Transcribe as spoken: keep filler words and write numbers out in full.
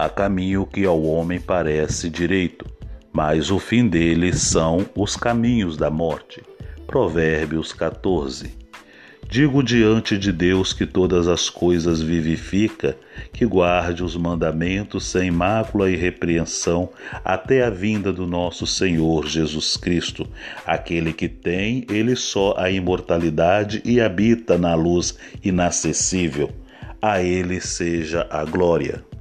Há caminho que ao homem parece direito, mas o fim dele são os caminhos da morte. Provérbios quatorze. Digo diante de Deus que todas as coisas vivifica, que guarde os mandamentos sem mácula e repreensão até a vinda do nosso Senhor Jesus Cristo, aquele que tem ele só a imortalidade e habita na luz inacessível. A ele seja a glória.